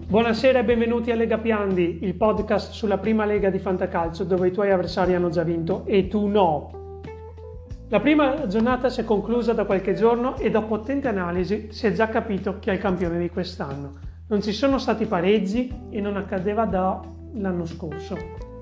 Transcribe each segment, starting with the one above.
Buonasera e benvenuti a Lega Piandi, il podcast sulla prima lega di Fantacalcio dove i tuoi avversari hanno già vinto e tu no. La prima giornata si è conclusa da qualche giorno e dopo attente analisi si è già capito chi è il campione di quest'anno. Non ci sono stati pareggi e non accadeva dall'anno scorso.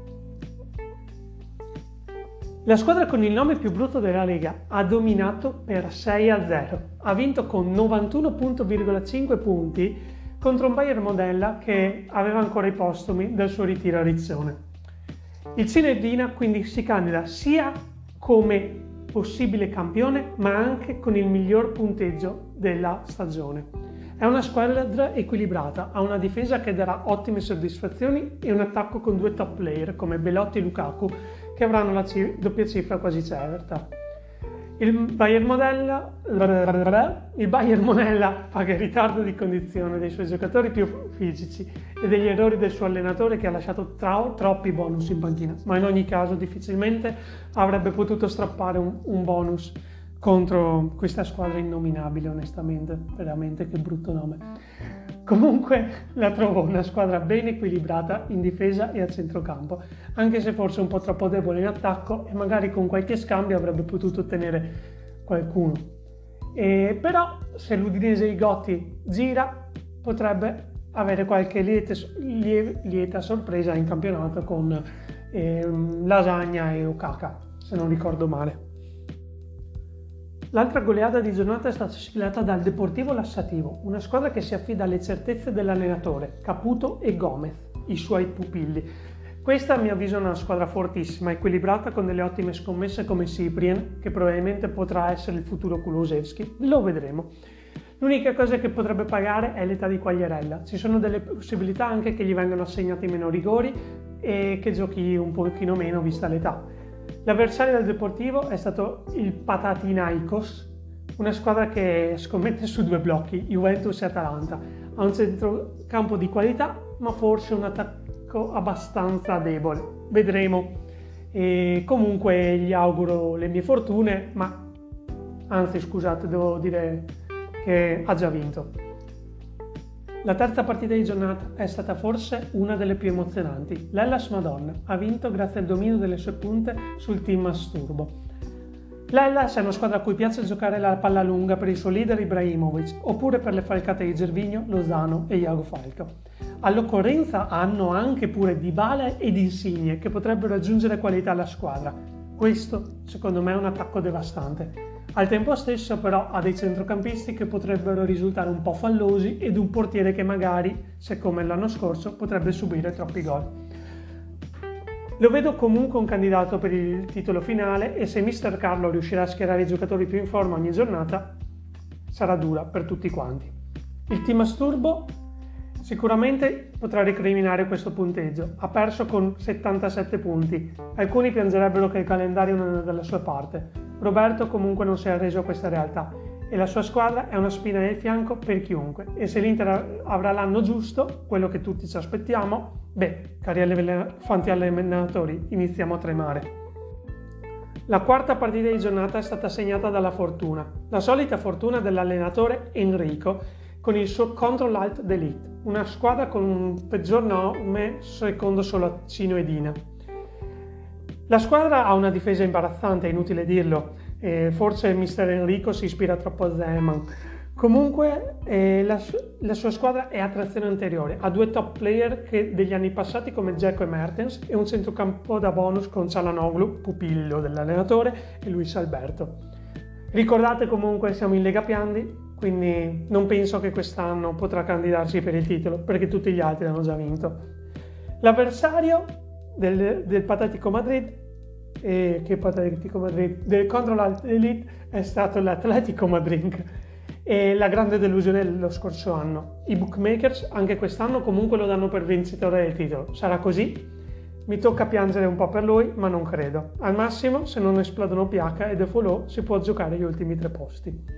La squadra con il nome più brutto della Lega ha dominato per 6-0. Ha vinto con 91,5 punti contro un Bayern Modella che aveva ancora i postumi del suo ritiro a Rizzone. Il Cinerina quindi si candida sia come possibile campione ma anche con il miglior punteggio della stagione. È una squadra equilibrata, ha una difesa che darà ottime soddisfazioni e un attacco con due top player come Belotti e Lukaku che avranno la doppia cifra quasi certa. Il Bayern Monella paga il ritardo di condizione dei suoi giocatori più fisici e degli errori del suo allenatore che ha lasciato troppi bonus in panchina, ma in ogni caso difficilmente avrebbe potuto strappare un bonus contro questa squadra innominabile, onestamente, veramente che brutto nome. Comunque la trovo una squadra ben equilibrata in difesa e a centrocampo, anche se forse un po' troppo debole in attacco e magari con qualche scambio avrebbe potuto ottenere qualcuno. Però se l'Udinese Igotti gira potrebbe avere qualche lieta sorpresa in campionato con Lasagna e Okaka, se non ricordo male. L'altra goleada di giornata è stata siglata dal Deportivo Lassativo, una squadra che si affida alle certezze dell'allenatore, Caputo e Gomez, i suoi pupilli. Questa a mio avviso è una squadra fortissima, equilibrata con delle ottime scommesse come Cyprien, che probabilmente potrà essere il futuro Kulusevski, lo vedremo. L'unica cosa che potrebbe pagare è l'età di Quagliarella, ci sono delle possibilità anche che gli vengano assegnati meno rigori e che giochi un pochino meno vista l'età. L'avversario del Deportivo è stato il Panathinaikos, una squadra che scommette su due blocchi, Juventus e Atalanta. Ha un centrocampo di qualità, ma forse un attacco abbastanza debole. Vedremo. E comunque gli auguro le mie fortune, devo dire che ha già vinto. La terza partita di giornata è stata forse una delle più emozionanti. L'Hellas Madonna ha vinto grazie al dominio delle sue punte sul team Masturbo. L'Hellas è una squadra a cui piace giocare la palla lunga per il suo leader Ibrahimovic oppure per le falcate di Gervinho, Lozano e Iago Falco. All'occorrenza hanno anche pure Dybala ed Insigne che potrebbero aggiungere qualità alla squadra. Questo secondo me è un attacco devastante. Al tempo stesso però ha dei centrocampisti che potrebbero risultare un po' fallosi ed un portiere che magari, se come l'anno scorso, potrebbe subire troppi gol. Lo vedo comunque un candidato per il titolo finale e se Mister Carlo riuscirà a schierare i giocatori più in forma ogni giornata, sarà dura per tutti quanti. Il team Asturbo sicuramente potrà recriminare questo punteggio, ha perso con 77 punti, alcuni piangerebbero che il calendario non è dalla sua parte. Roberto comunque non si è arreso a questa realtà e la sua squadra è una spina nel fianco per chiunque e se l'Inter avrà l'anno giusto, quello che tutti ci aspettiamo, cari fanti allenatori, iniziamo a tremare. La quarta partita di giornata è stata segnata dalla fortuna, la solita fortuna dell'allenatore Enrico con il suo Control Alt Delete, una squadra con un peggior nome secondo solo a Cino e Dina. La squadra ha una difesa imbarazzante, è inutile dirlo, forse Mister Enrico si ispira troppo a Zeman. Comunque la sua squadra è a trazione anteriore, ha due top player degli anni passati come Dzeko e Mertens e un centrocampo da bonus con Çalhanoğlu, pupillo dell'allenatore, e Luis Alberto. Ricordate comunque siamo in Lega Piandi, quindi non penso che quest'anno potrà candidarsi per il titolo perché tutti gli altri hanno già vinto. L'avversario del Patetico Madrid del Control Alt Elite è stato l'Atletico Madrid e la grande delusione dello scorso anno. I bookmakers anche quest'anno comunque lo danno per vincitore del titolo. Sarà così? Mi tocca piangere un po' per lui, ma non credo. Al massimo, se non esplodono Piacca e De Folò, si può giocare gli ultimi 3 posti.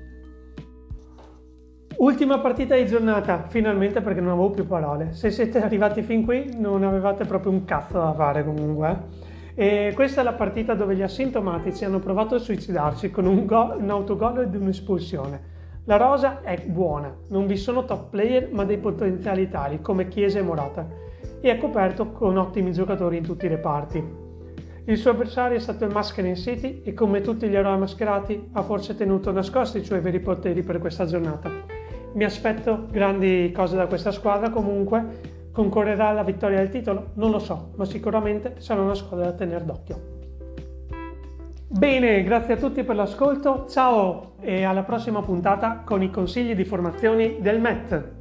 Ultima partita di giornata, finalmente perché non avevo più parole. Se siete arrivati fin qui non avevate proprio un cazzo da fare comunque. E questa è la partita dove gli asintomatici hanno provato a suicidarsi con un autogol ed un'espulsione. La rosa è buona, non vi sono top player ma dei potenziali tali come Chiesa e Morata e è coperto con ottimi giocatori in tutti i reparti. Il suo avversario è stato il Muscat City e come tutti gli eroi mascherati ha forse tenuto nascosti i suoi veri poteri per questa giornata. Mi aspetto grandi cose da questa squadra, comunque concorrerà alla vittoria del titolo? Non lo so, ma sicuramente sarà una squadra da tenere d'occhio. Bene, grazie a tutti per l'ascolto, ciao e alla prossima puntata con i consigli di formazioni del Met.